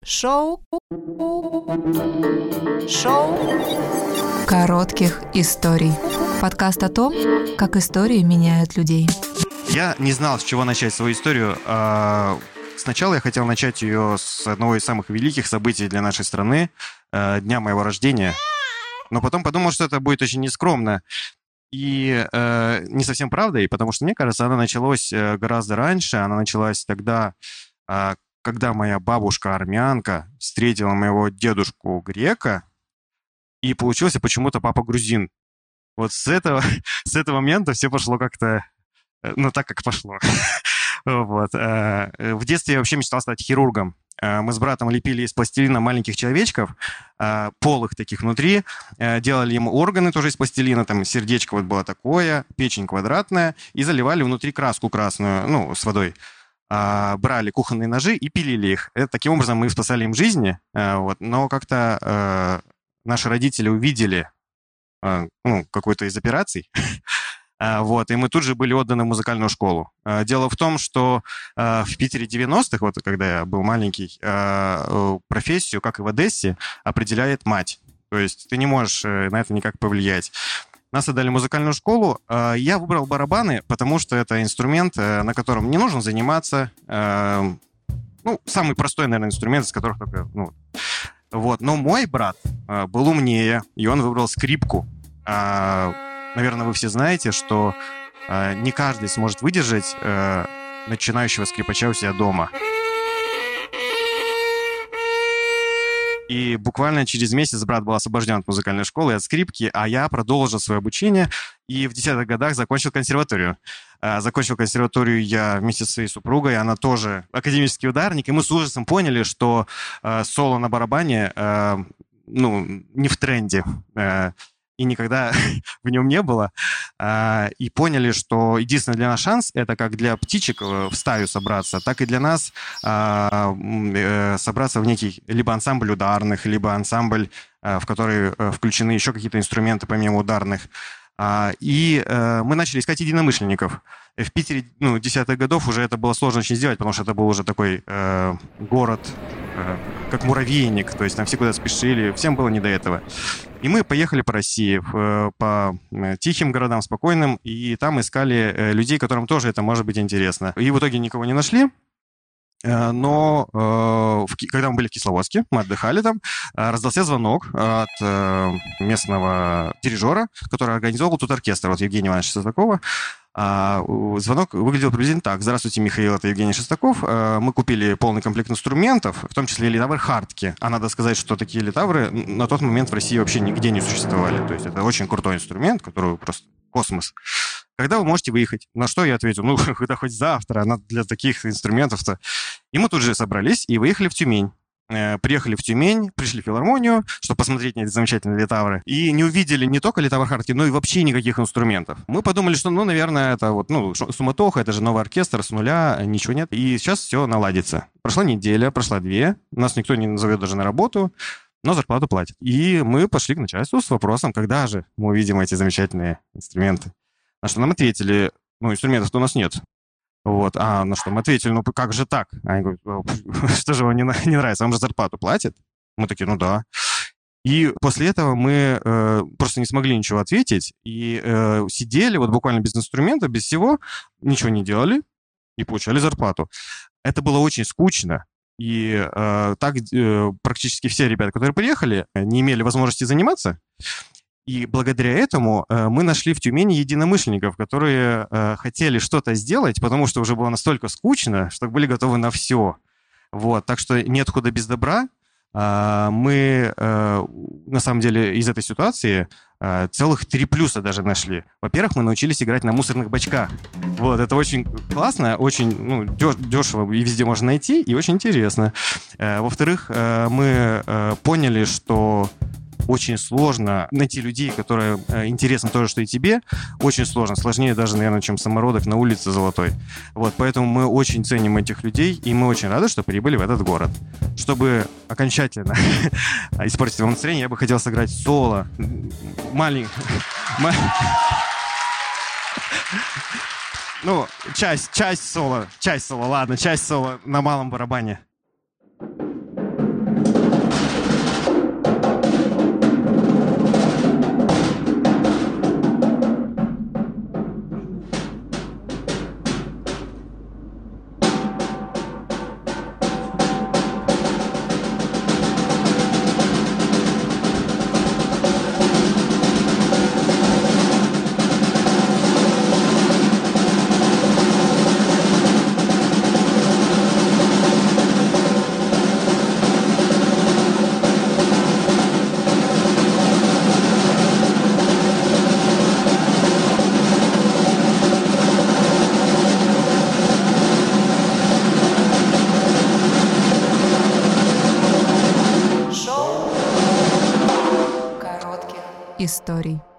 Шоу коротких историй. Подкаст о том, как истории меняют людей. Я не знал, с чего начать свою историю. Сначала я хотел начать ее с одного из самых великих событий для нашей страны, дня моего рождения. Но потом подумал, что это будет очень нескромно. И не совсем правдой, потому что, мне кажется, она началась гораздо раньше. Она началась тогда, когда моя бабушка-армянка встретила моего дедушку-грека, и получился почему-то папа-грузин. Вот с этого момента все пошло как-то, так, как пошло. Вот. В детстве я вообще мечтал стать хирургом. Мы с братом лепили из пластилина маленьких человечков, полых таких внутри, делали им органы тоже из пластилина, там сердечко вот было такое, печень квадратная, и заливали внутри краску красную, с водой. Брали кухонные ножи и пилили их. Таким образом мы спасали им жизни, но как-то наши родители увидели какую-то из операций, и мы тут же были отданы в музыкальную школу. Дело в том, что в Питере 90-х, когда я был маленький, профессию, как и в Одессе, определяет мать. То есть ты не можешь на это никак повлиять. Нас отдали в музыкальную школу. Я выбрал барабаны, потому что это инструмент, на котором не нужно заниматься. Самый простой, наверное, инструмент, из которых только... Но мой брат был умнее, и он выбрал скрипку. Наверное, вы все знаете, что не каждый сможет выдержать начинающего скрипача у себя дома. И буквально через месяц брат был освобожден от музыкальной школы и от скрипки, а я продолжил свое обучение и в 10-х годах закончил консерваторию. Закончил консерваторию я вместе со своей супругой, она тоже академический ударник, и мы с ужасом поняли, что соло на барабане не в тренде. И никогда в нем не было. И поняли, что единственный для нас шанс, это как для птичек в стаю собраться, так и для нас собраться в некий либо ансамбль ударных, либо ансамбль, в который включены еще какие-то инструменты помимо ударных. И мы начали искать единомышленников. В Питере, 10-х годов уже это было сложно очень сделать, потому что это был уже такой город, как муравейник, то есть там все куда-то спешили, всем было не до этого. И мы поехали по России, по тихим городам, спокойным, и там искали людей, которым тоже это может быть интересно. И в итоге никого не нашли. Но когда мы были в Кисловодске, мы отдыхали там, раздался звонок от местного дирижера, который организовал тут оркестр, Евгения Ивановича Шестакова. Звонок выглядел приблизительно так. Здравствуйте, Михаил, это Евгений Шестаков. Мы купили полный комплект инструментов, в том числе литавры хартки. А надо сказать, что такие литавры на тот момент в России вообще нигде не существовали. То есть это очень крутой инструмент, который просто космос. Когда вы можете выехать? На что я ответил, когда хоть завтра, для таких инструментов-то. И мы тут же собрались и выехали в Тюмень. Приехали в Тюмень, пришли в филармонию, чтобы посмотреть на эти замечательные литавры. И не увидели не только литавр хартки, но и вообще никаких инструментов. Мы подумали, что, наверное, это суматоха, это же новый оркестр с нуля, ничего нет. И сейчас все наладится. Прошла неделя, прошла 2, нас никто не назовет даже на работу, но зарплату платят. И мы пошли к начальству с вопросом, когда же мы увидим эти замечательные инструменты. На что нам ответили, инструментов-то у нас нет. На что мы ответили, как же так? Они говорят, что же вам не нравится, вам же зарплату платят? Мы такие, да. И после этого мы просто не смогли ничего ответить, и сидели буквально без инструмента, без всего, ничего не делали и получали зарплату. Это было очень скучно. И так практически все ребята, которые приехали, не имели возможности заниматься. И благодаря этому мы нашли в Тюмени единомышленников, которые хотели что-то сделать, потому что уже было настолько скучно, что были готовы на все. Так что нет худа без добра. Мы, на самом деле, из этой ситуации целых 3 плюса даже нашли. Во-первых, мы научились играть на мусорных бачках. Это очень классно, очень дешево и везде можно найти, и очень интересно. Во-вторых, мы поняли, что очень сложно найти людей, которые интересно то же, что и тебе. Очень сложно. Сложнее даже, наверное, чем самородок на улице Золотой. Поэтому мы очень ценим этих людей, и мы очень рады, что прибыли в этот город. Чтобы окончательно испортить вам настроение, я бы хотел сыграть соло. Часть соло на малом барабане. историй.